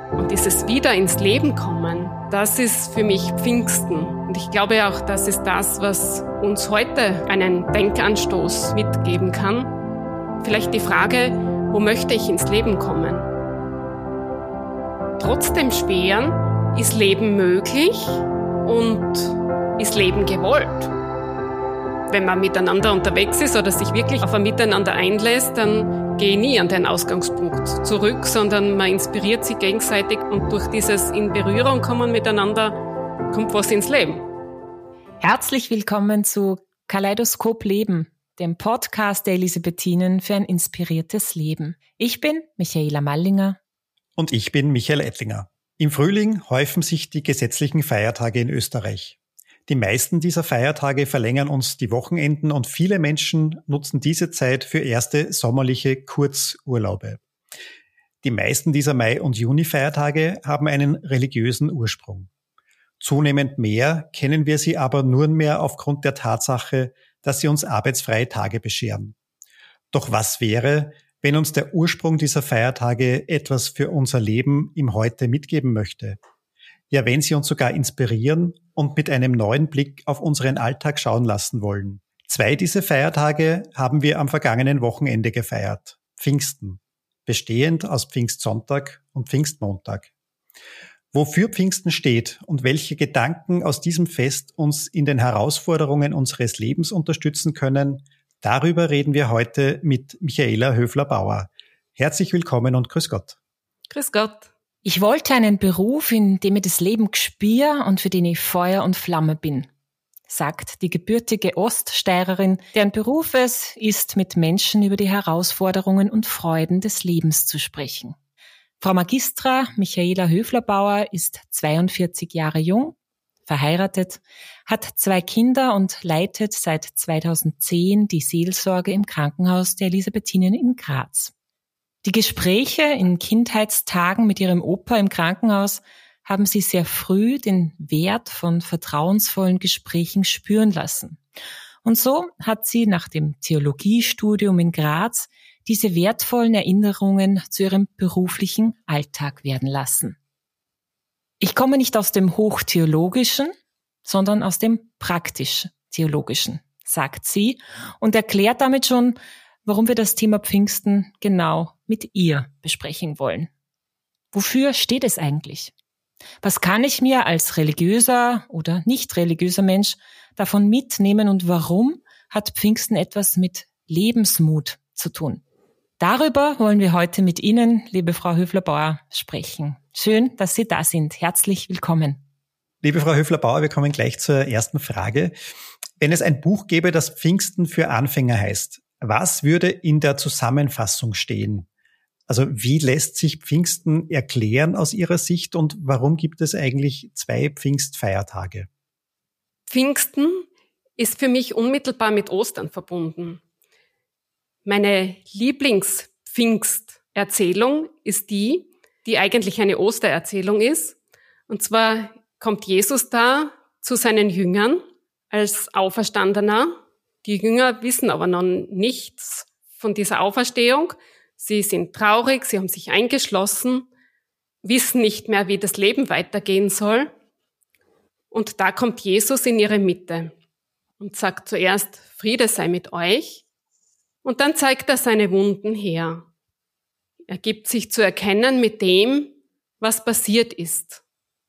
Und dieses Wieder ins Leben kommen, das ist für mich Pfingsten. Und ich glaube auch, das ist das, was uns heute einen Denkanstoß mitgeben kann. Vielleicht die Frage, wo möchte ich ins Leben kommen? Trotz dem Schweren ist Leben möglich und ist Leben gewollt. Wenn man miteinander unterwegs ist oder sich wirklich auf ein Miteinander einlässt, dann gehe ich nie an den Ausgangspunkt zurück, sondern man inspiriert sich gegenseitig und durch dieses in Berührung kommen miteinander kommt was ins Leben. Herzlich willkommen zu Kaleidoskop Leben, dem Podcast der Elisabethinen für ein inspiriertes Leben. Ich bin Michaela Mallinger. Und ich bin Michael Ettlinger. Im Frühling häufen sich die gesetzlichen Feiertage in Österreich. Die meisten dieser Feiertage verlängern uns die Wochenenden und viele Menschen nutzen diese Zeit für erste sommerliche Kurzurlaube. Die meisten dieser Mai- und Juni-Feiertage haben einen religiösen Ursprung. Zunehmend mehr kennen wir sie aber nur mehr aufgrund der Tatsache, dass sie uns arbeitsfreie Tage bescheren. Doch was wäre, wenn uns der Ursprung dieser Feiertage etwas für unser Leben im Heute mitgeben möchte? Ja, wenn sie uns sogar inspirieren und mit einem neuen Blick auf unseren Alltag schauen lassen wollen. 2 dieser Feiertage haben wir am vergangenen Wochenende gefeiert. Pfingsten, bestehend aus Pfingstsonntag und Pfingstmontag. Wofür Pfingsten steht und welche Gedanken aus diesem Fest uns in den Herausforderungen unseres Lebens unterstützen können, darüber reden wir heute mit Michaela Höfler-Bauer. Herzlich willkommen und grüß Gott. Grüß Gott. Ich wollte einen Beruf, in dem ich das Leben gespür und für den ich Feuer und Flamme bin, sagt die gebürtige Oststeirerin, deren Beruf es ist, mit Menschen über die Herausforderungen und Freuden des Lebens zu sprechen. Frau Magistra Michaela Höfler-Bauer ist 42 Jahre jung, verheiratet, hat 2 Kinder und leitet seit 2010 die Seelsorge im Krankenhaus der Elisabethinen in Graz. Die Gespräche in Kindheitstagen mit ihrem Opa im Krankenhaus haben sie sehr früh den Wert von vertrauensvollen Gesprächen spüren lassen. Und so hat sie nach dem Theologiestudium in Graz diese wertvollen Erinnerungen zu ihrem beruflichen Alltag werden lassen. Ich komme nicht aus dem Hochtheologischen, sondern aus dem praktisch-theologischen, sagt sie und erklärt damit schon, warum wir das Thema Pfingsten genau mit ihr besprechen wollen. Wofür steht es eigentlich? Was kann ich mir als religiöser oder nicht religiöser Mensch davon mitnehmen und warum hat Pfingsten etwas mit Lebensmut zu tun? Darüber wollen wir heute mit Ihnen, liebe Frau Höfler-Bauer, sprechen. Schön, dass Sie da sind. Herzlich willkommen. Liebe Frau Höfler-Bauer, wir kommen gleich zur ersten Frage. Wenn es ein Buch gäbe, das Pfingsten für Anfänger heißt, was würde in der Zusammenfassung stehen? Also wie lässt sich Pfingsten erklären aus Ihrer Sicht und warum gibt es eigentlich 2 Pfingstfeiertage? Pfingsten ist für mich unmittelbar mit Ostern verbunden. Meine Lieblings-Pfingsterzählung ist die eigentlich eine Ostererzählung ist. Und zwar kommt Jesus da zu seinen Jüngern als Auferstandener. Die Jünger wissen aber noch nichts von dieser Auferstehung. Sie sind traurig, sie haben sich eingeschlossen, wissen nicht mehr, wie das Leben weitergehen soll. Und da kommt Jesus in ihre Mitte und sagt zuerst, Friede sei mit euch. Und dann zeigt er seine Wunden her. Er gibt sich zu erkennen mit dem, was passiert ist.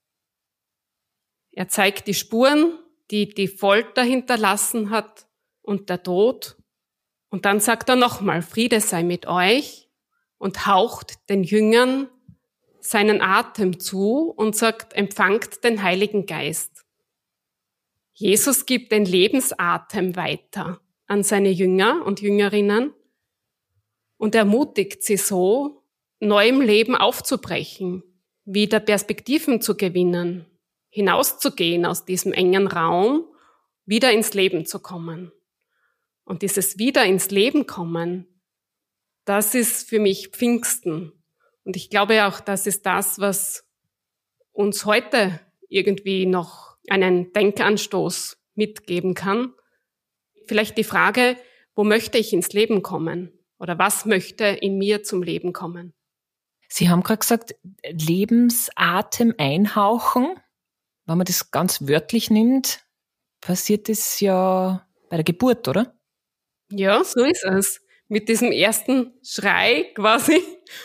Er zeigt die Spuren, die die Folter hinterlassen hat und der Tod. Und dann sagt er nochmal, Friede sei mit euch und haucht den Jüngern seinen Atem zu und sagt, empfangt den Heiligen Geist. Jesus gibt den Lebensatem weiter an seine Jünger und Jüngerinnen und ermutigt sie so, neuem Leben aufzubrechen, wieder Perspektiven zu gewinnen, hinauszugehen aus diesem engen Raum, wieder ins Leben zu kommen. Und dieses Wieder ins Leben kommen, das ist für mich Pfingsten. Und ich glaube auch, das ist das, was uns heute irgendwie noch einen Denkanstoß mitgeben kann. Vielleicht die Frage, wo möchte ich ins Leben kommen? Oder was möchte in mir zum Leben kommen? Sie haben gerade gesagt, Lebensatem einhauchen. Wenn man das ganz wörtlich nimmt, passiert das ja bei der Geburt, oder? Ja, so ist es. Mit diesem ersten Schrei quasi,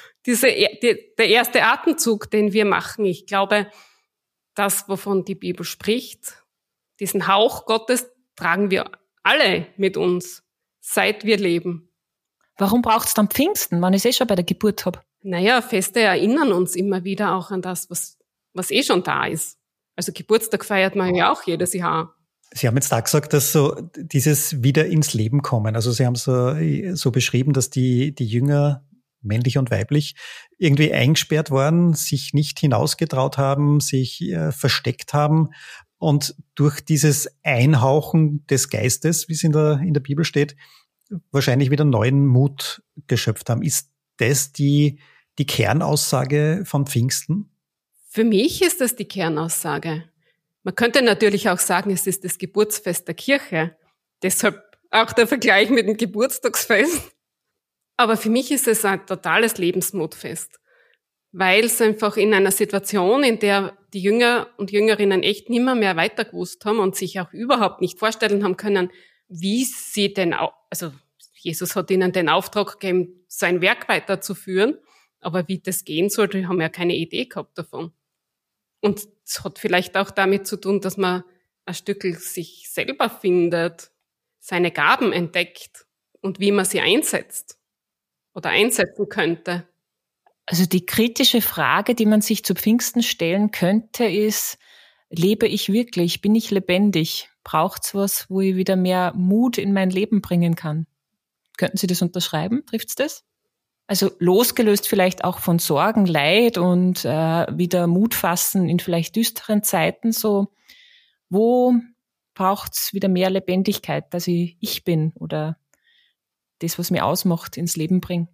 der erste Atemzug, den wir machen. Ich glaube, das, wovon die Bibel spricht, diesen Hauch Gottes tragen wir alle mit uns, seit wir leben. Warum braucht es dann Pfingsten, wenn ich es schon bei der Geburt habe? Naja, Feste erinnern uns immer wieder auch an das, was schon da ist. Also Geburtstag feiert man ja auch jedes Jahr. Sie haben jetzt da gesagt, dass so dieses wieder ins Leben kommen, also Sie haben so beschrieben, dass die Jünger, männlich und weiblich, irgendwie eingesperrt waren, sich nicht hinausgetraut haben, sich versteckt haben und durch dieses Einhauchen des Geistes, wie es in der Bibel steht, wahrscheinlich wieder neuen Mut geschöpft haben. Ist das die Kernaussage von Pfingsten? Für mich ist das die Kernaussage. Man könnte natürlich auch sagen, es ist das Geburtsfest der Kirche. Deshalb auch der Vergleich mit dem Geburtstagsfest. Aber für mich ist es ein totales Lebensmutfest, weil es einfach in einer Situation, in der die Jünger und Jüngerinnen echt nimmer mehr weiter gewusst haben und sich auch überhaupt nicht vorstellen haben können, wie sie denn auch, also Jesus hat ihnen den Auftrag gegeben, sein Werk weiterzuführen, aber wie das gehen soll, die haben ja keine Idee gehabt davon. Und es hat vielleicht auch damit zu tun, dass man ein Stückel sich selber findet, seine Gaben entdeckt und wie man sie einsetzt oder einsetzen könnte. Also die kritische Frage, die man sich zu Pfingsten stellen könnte, ist, lebe ich wirklich? Bin ich lebendig? Braucht's was, wo ich wieder mehr Mut in mein Leben bringen kann? Könnten Sie das unterschreiben? Trifft's das? Also losgelöst vielleicht auch von Sorgen, Leid und wieder Mut fassen in vielleicht düsteren Zeiten, so wo braucht's wieder mehr Lebendigkeit, dass ich bin oder das, was mir ausmacht, ins Leben bringe?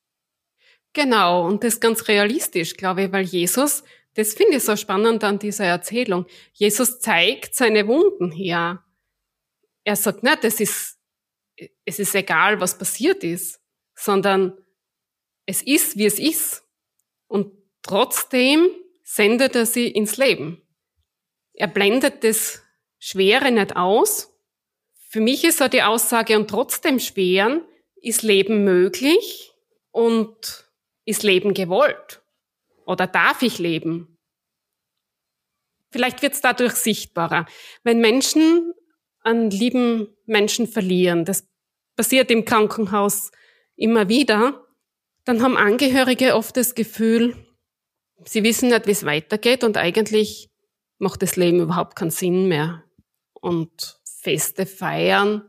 Genau, und das ganz realistisch, glaube ich, weil Jesus, das finde ich so spannend an dieser Erzählung, Jesus zeigt seine Wunden her. Er sagt nicht, es ist egal, was passiert ist, sondern es ist, wie es ist. Und trotzdem sendet er sie ins Leben. Er blendet das Schwere nicht aus. Für mich ist so die Aussage, und trotzdem Schweren ist Leben möglich und ist Leben gewollt? Oder darf ich leben? Vielleicht wird es dadurch sichtbarer. Wenn Menschen einen lieben Menschen verlieren, das passiert im Krankenhaus immer wieder, dann haben Angehörige oft das Gefühl, sie wissen nicht, wie es weitergeht und eigentlich macht das Leben überhaupt keinen Sinn mehr. Und Feste feiern,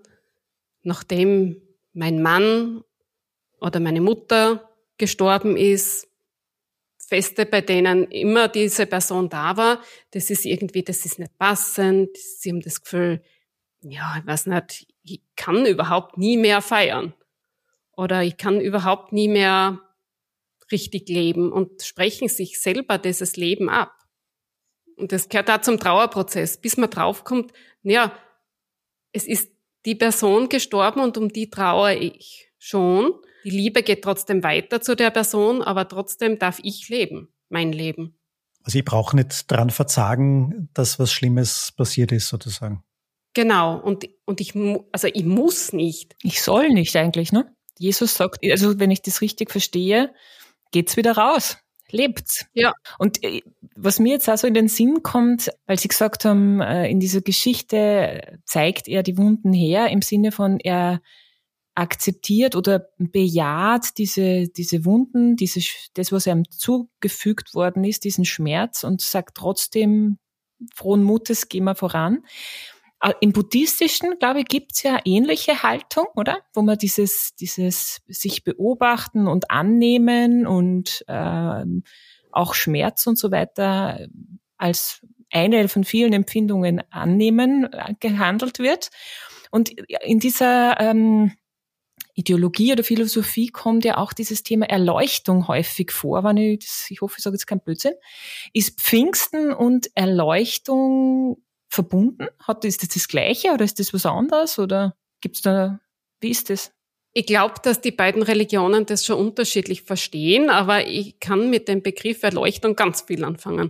nachdem mein Mann oder meine Mutter gestorben ist, Feste, bei denen immer diese Person da war, das ist nicht passend. Sie haben das Gefühl, ja, ich weiß nicht, ich kann überhaupt nie mehr feiern. Oder ich kann überhaupt nie mehr richtig leben und sprechen sich selber dieses Leben ab. Und das gehört auch zum Trauerprozess, bis man draufkommt, ja, es ist die Person gestorben und um die trauere ich schon. Die Liebe geht trotzdem weiter zu der Person, aber trotzdem darf ich leben, mein Leben. Also ich brauche nicht dran verzagen, dass was Schlimmes passiert ist, sozusagen. Genau, und ich muss nicht. Ich soll nicht eigentlich, ne? Jesus sagt, also wenn ich das richtig verstehe, geht's wieder raus, lebt's. Ja. Und was mir jetzt auch so in den Sinn kommt, weil Sie gesagt haben, in dieser Geschichte zeigt er die Wunden her, im Sinne von, er akzeptiert oder bejaht diese Wunden, das, was ihm zugefügt worden ist, diesen Schmerz und sagt trotzdem, frohen Mutes, gehen wir voran. Im Buddhistischen, glaube ich, gibt's ja ähnliche Haltung, oder? Wo man dieses sich beobachten und annehmen und auch Schmerz und so weiter als eine von vielen Empfindungen annehmen gehandelt wird. Und in dieser Ideologie oder Philosophie kommt ja auch dieses Thema Erleuchtung häufig vor, ich hoffe, ich sage jetzt keinen Blödsinn. Ist Pfingsten und Erleuchtung verbunden? Ist das Gleiche oder ist das was anderes? Oder gibt's da, wie ist das? Ich glaube, dass die beiden Religionen das schon unterschiedlich verstehen, aber ich kann mit dem Begriff Erleuchtung ganz viel anfangen.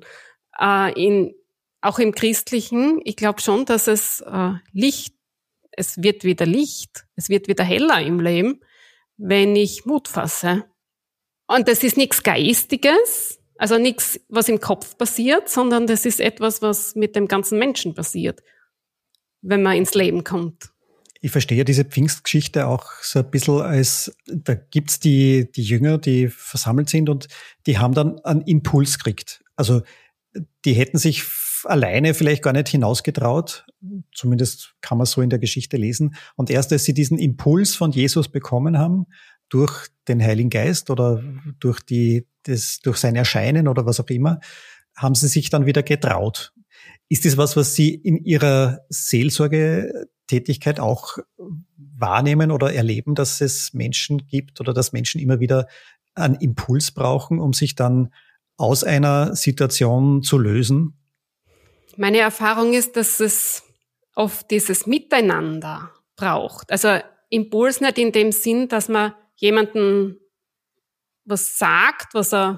Auch im Christlichen, ich glaube schon, dass es Licht, es wird wieder Licht, es wird wieder heller im Leben, wenn ich Mut fasse. Und das ist nichts Geistiges, also nichts, was im Kopf passiert, sondern das ist etwas, was mit dem ganzen Menschen passiert, wenn man ins Leben kommt. Ich verstehe diese Pfingstgeschichte auch so ein bisschen als, da gibt's die Jünger, die versammelt sind und die haben dann einen Impuls gekriegt. Also die hätten sich alleine vielleicht gar nicht hinausgetraut, zumindest kann man so in der Geschichte lesen. Und erst als sie diesen Impuls von Jesus bekommen haben, durch den Heiligen Geist oder durch sein Erscheinen oder was auch immer, haben sie sich dann wieder getraut. Ist das was Sie in Ihrer Seelsorgetätigkeit auch wahrnehmen oder erleben, dass es Menschen gibt oder dass Menschen immer wieder einen Impuls brauchen, um sich dann aus einer Situation zu lösen? Meine Erfahrung ist, dass es oft dieses Miteinander braucht. Also Impuls nicht in dem Sinn, dass man jemanden was sagt,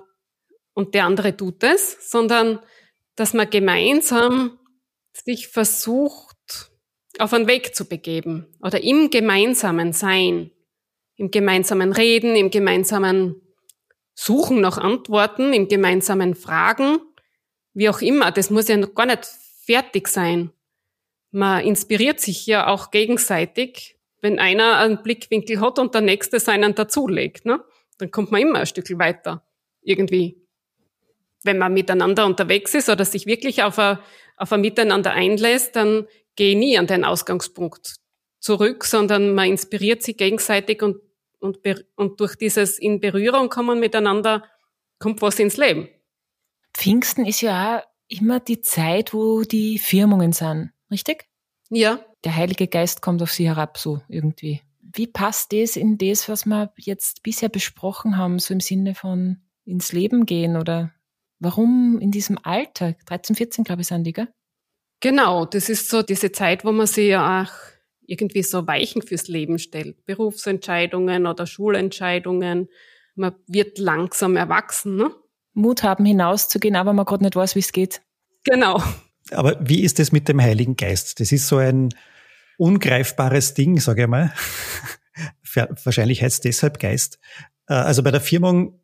und der andere tut es, sondern dass man gemeinsam sich versucht, auf einen Weg zu begeben oder im gemeinsamen Sein, im gemeinsamen Reden, im gemeinsamen Suchen nach Antworten, im gemeinsamen Fragen, wie auch immer. Das muss ja noch gar nicht fertig sein. Man inspiriert sich ja auch gegenseitig, wenn einer einen Blickwinkel hat und der Nächste seinen dazulegt, ne? Dann kommt man immer ein Stück weiter, irgendwie. Wenn man miteinander unterwegs ist oder sich wirklich auf ein Miteinander einlässt, dann gehe ich nie an den Ausgangspunkt zurück, sondern man inspiriert sich gegenseitig und durch dieses in Berührung kommen miteinander kommt was ins Leben. Pfingsten ist ja auch immer die Zeit, wo die Firmungen sind, richtig? Ja. Der Heilige Geist kommt auf sie herab, so irgendwie. Wie passt das in das, was wir jetzt bisher besprochen haben, so im Sinne von ins Leben gehen oder warum in diesem Alter? 13, 14, glaube ich, sind die, gell? Genau, das ist so diese Zeit, wo man sich ja auch irgendwie so Weichen fürs Leben stellt. Berufsentscheidungen oder Schulentscheidungen. Man wird langsam erwachsen, ne? Mut haben, hinauszugehen, aber man gerade nicht weiß, wie es geht. Genau. Aber wie ist es mit dem Heiligen Geist? Das ist so ein ungreifbares Ding, sage ich mal. Wahrscheinlich heißt es deshalb Geist. Also bei der Firmung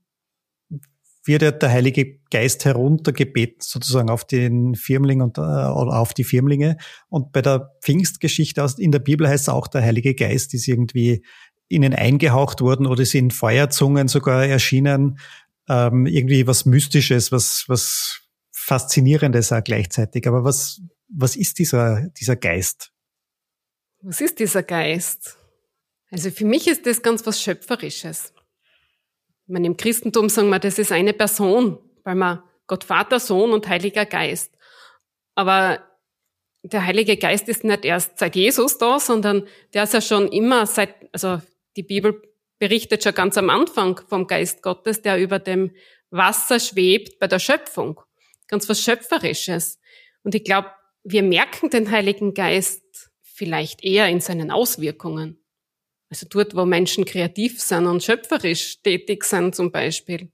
wird ja der Heilige Geist heruntergebeten, sozusagen auf den Firmling oder auf die Firmlinge. Und bei der Pfingstgeschichte in der Bibel heißt es auch, der Heilige Geist ist irgendwie ihnen eingehaucht worden oder ist in Feuerzungen sogar erschienen. Irgendwie was Mystisches, was Faszinierendes auch gleichzeitig. Aber was ist dieser Geist? Was ist dieser Geist? Also für mich ist das ganz was Schöpferisches. Ich meine, im Christentum sagen wir, das ist eine Person, weil man Gott Vater, Sohn und Heiliger Geist. Aber der Heilige Geist ist nicht erst seit Jesus da, sondern der ist ja schon immer also die Bibel berichtet schon ganz am Anfang vom Geist Gottes, der über dem Wasser schwebt bei der Schöpfung. Ganz was Schöpferisches. Und ich glaube, wir merken den Heiligen Geist vielleicht eher in seinen Auswirkungen. Also dort, wo Menschen kreativ sind und schöpferisch tätig sind zum Beispiel.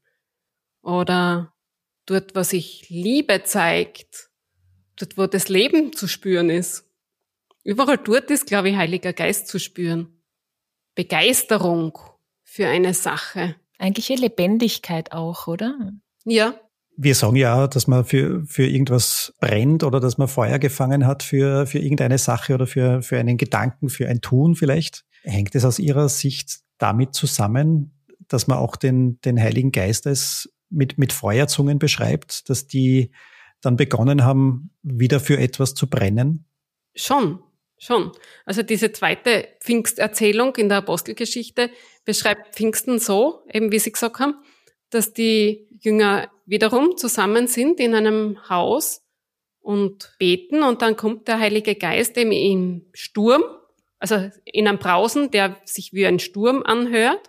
Oder dort, wo sich Liebe zeigt. Dort, wo das Leben zu spüren ist. Überall dort ist, glaube ich, Heiliger Geist zu spüren. Begeisterung für eine Sache. Eigentlich eine Lebendigkeit auch, oder? Ja. Wir sagen ja auch, dass man für irgendwas brennt oder dass man Feuer gefangen hat für irgendeine Sache oder für einen Gedanken, für ein Tun vielleicht. Hängt es aus Ihrer Sicht damit zusammen, dass man auch den Heiligen Geist als mit Feuerzungen beschreibt, dass die dann begonnen haben, wieder für etwas zu brennen? Schon. Also diese zweite Pfingsterzählung in der Apostelgeschichte beschreibt Pfingsten so, eben wie Sie gesagt haben, dass die Jünger wiederum zusammen sind in einem Haus und beten und dann kommt der Heilige Geist eben im Sturm, also in einem Brausen, der sich wie ein Sturm anhört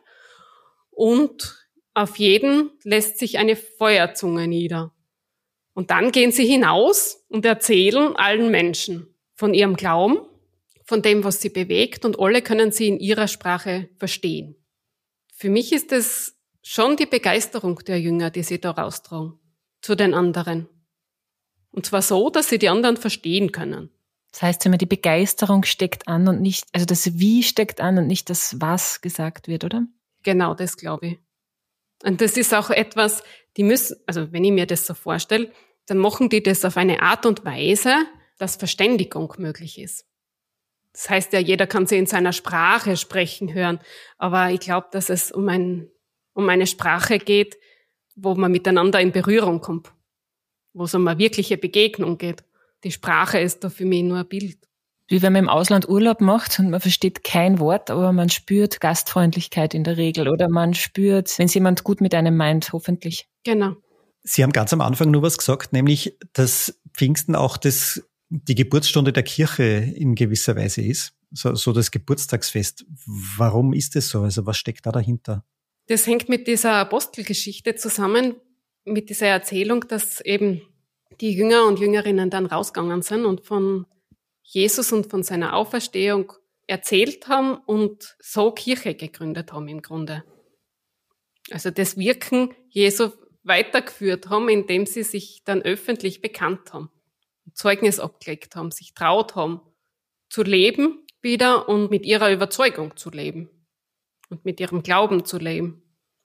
und auf jeden lässt sich eine Feuerzunge nieder. Und dann gehen sie hinaus und erzählen allen Menschen von ihrem Glauben, von dem, was sie bewegt, und alle können sie in ihrer Sprache verstehen. Für mich ist es schon die Begeisterung der Jünger, die sie da raustragen zu den anderen. Und zwar so, dass sie die anderen verstehen können. Das heißt immer, die Begeisterung steckt an und nicht, also das Wie steckt an und nicht das Was gesagt wird, oder? Genau, das glaube ich. Und das ist auch etwas, die müssen, also wenn ich mir das so vorstelle, dann machen die das auf eine Art und Weise, dass Verständigung möglich ist. Das heißt ja, jeder kann sie in seiner Sprache sprechen hören, aber ich glaube, dass es um eine Sprache geht, wo man miteinander in Berührung kommt, wo es um eine wirkliche Begegnung geht. Die Sprache ist da für mich nur ein Bild. Wie wenn man im Ausland Urlaub macht und man versteht kein Wort, aber man spürt Gastfreundlichkeit in der Regel oder man spürt, wenn es jemand gut mit einem meint, hoffentlich. Genau. Sie haben ganz am Anfang nur was gesagt, nämlich, dass Pfingsten auch die Geburtsstunde der Kirche in gewisser Weise ist, so das Geburtstagsfest. Warum ist das so? Also was steckt da dahinter? Das hängt mit dieser Apostelgeschichte zusammen, mit dieser Erzählung, dass eben die Jünger und Jüngerinnen dann rausgegangen sind und von Jesus und von seiner Auferstehung erzählt haben und so Kirche gegründet haben im Grunde. Also das Wirken Jesu weitergeführt haben, indem sie sich dann öffentlich bekannt haben, Zeugnis abgelegt haben, sich traut haben, zu leben wieder und mit ihrer Überzeugung zu leben und mit ihrem Glauben zu leben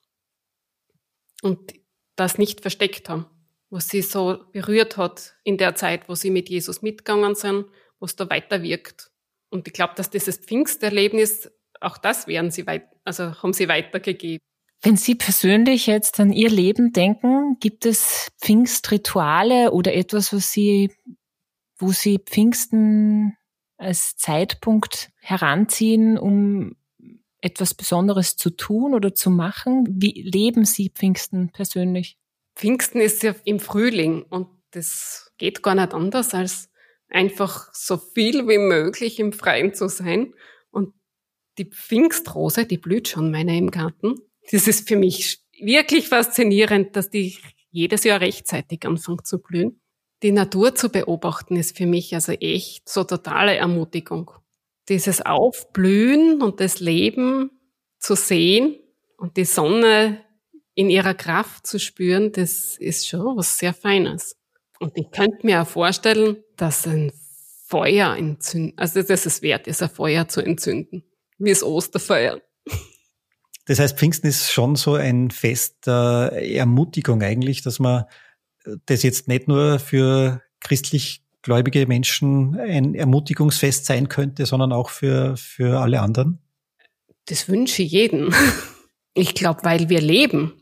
und das nicht versteckt haben, was sie so berührt hat in der Zeit, wo sie mit Jesus mitgegangen sind, was da weiter wirkt. Und ich glaube, dass dieses Pfingsterlebnis, auch das haben sie weitergegeben. Wenn Sie persönlich jetzt an Ihr Leben denken, gibt es Pfingstrituale oder etwas, wo Sie Pfingsten als Zeitpunkt heranziehen, um etwas Besonderes zu tun oder zu machen? Wie leben Sie Pfingsten persönlich? Pfingsten ist ja im Frühling und das geht gar nicht anders, als einfach so viel wie möglich im Freien zu sein. Und die Pfingstrose, die blüht schon meine im Garten. Das ist für mich wirklich faszinierend, dass die jedes Jahr rechtzeitig anfängt zu blühen. Die Natur zu beobachten ist für mich also echt so totale Ermutigung. Dieses Aufblühen und das Leben zu sehen und die Sonne in ihrer Kraft zu spüren, das ist schon was sehr Feines. Und ich könnte mir auch vorstellen, dass ein Feuer entzünden, also dass es wert ist, ein Feuer zu entzünden, wie das Osterfeuer. Das heißt, Pfingsten ist schon so ein Fest der Ermutigung eigentlich, dass man das jetzt nicht nur für christlich gläubige Menschen ein Ermutigungsfest sein könnte, sondern auch für alle anderen? Das wünsche ich jedem. Ich glaube, weil wir leben.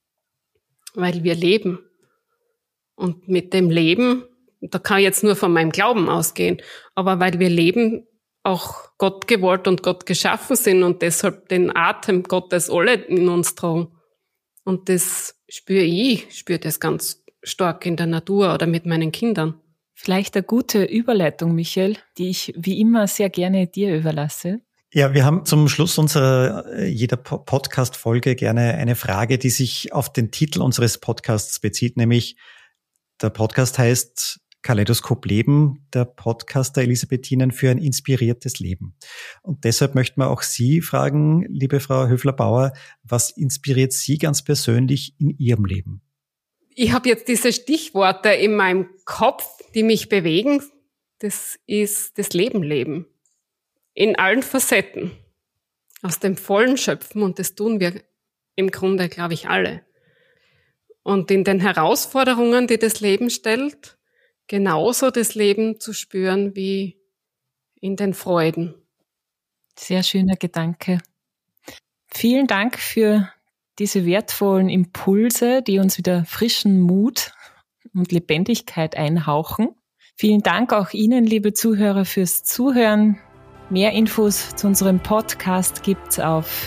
Und mit dem Leben, da kann ich jetzt nur von meinem Glauben ausgehen, aber weil wir leben, auch Gott gewollt und Gott geschaffen sind und deshalb den Atem Gottes alle in uns tragen. Und das spüre das ganz stark in der Natur oder mit meinen Kindern. Vielleicht eine gute Überleitung, Michael, die ich wie immer sehr gerne dir überlasse. Ja, wir haben zum Schluss jeder Podcast-Folge gerne eine Frage, die sich auf den Titel unseres Podcasts bezieht, nämlich der Podcast heißt Kaleidoskop Leben, der Podcast der Elisabethinen für ein inspiriertes Leben. Und deshalb möchten wir auch Sie fragen, liebe Frau Höfler-Bauer, was inspiriert Sie ganz persönlich in Ihrem Leben? Ich habe jetzt diese Stichworte in meinem Kopf, die mich bewegen. Das ist das Leben. In allen Facetten. Aus dem Vollen schöpfen und das tun wir im Grunde, glaube ich, alle. Und in den Herausforderungen, die das Leben stellt, genauso das Leben zu spüren wie in den Freuden. Sehr schöner Gedanke. Vielen Dank für diese wertvollen Impulse, die uns wieder frischen Mut und Lebendigkeit einhauchen. Vielen Dank auch Ihnen, liebe Zuhörer, fürs Zuhören. Mehr Infos zu unserem Podcast gibt's auf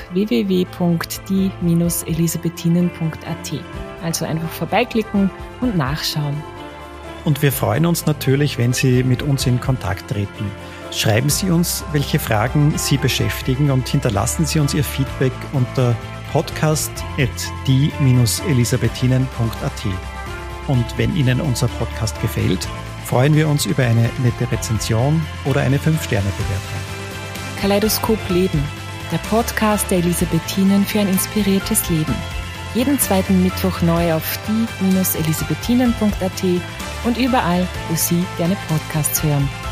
www.die-elisabethinen.at. Also einfach vorbeiklicken und nachschauen. Und wir freuen uns natürlich, wenn Sie mit uns in Kontakt treten. Schreiben Sie uns, welche Fragen Sie beschäftigen und hinterlassen Sie uns Ihr Feedback unter podcast@die-elisabethinen.at. Und wenn Ihnen unser Podcast gefällt, freuen wir uns über eine nette Rezension oder eine 5-Sterne-Bewertung. Kaleidoskop Leben, der Podcast der Elisabethinen für ein inspiriertes Leben. Jeden zweiten Mittwoch neu auf die-elisabethinen.at und überall, wo Sie gerne Podcasts hören.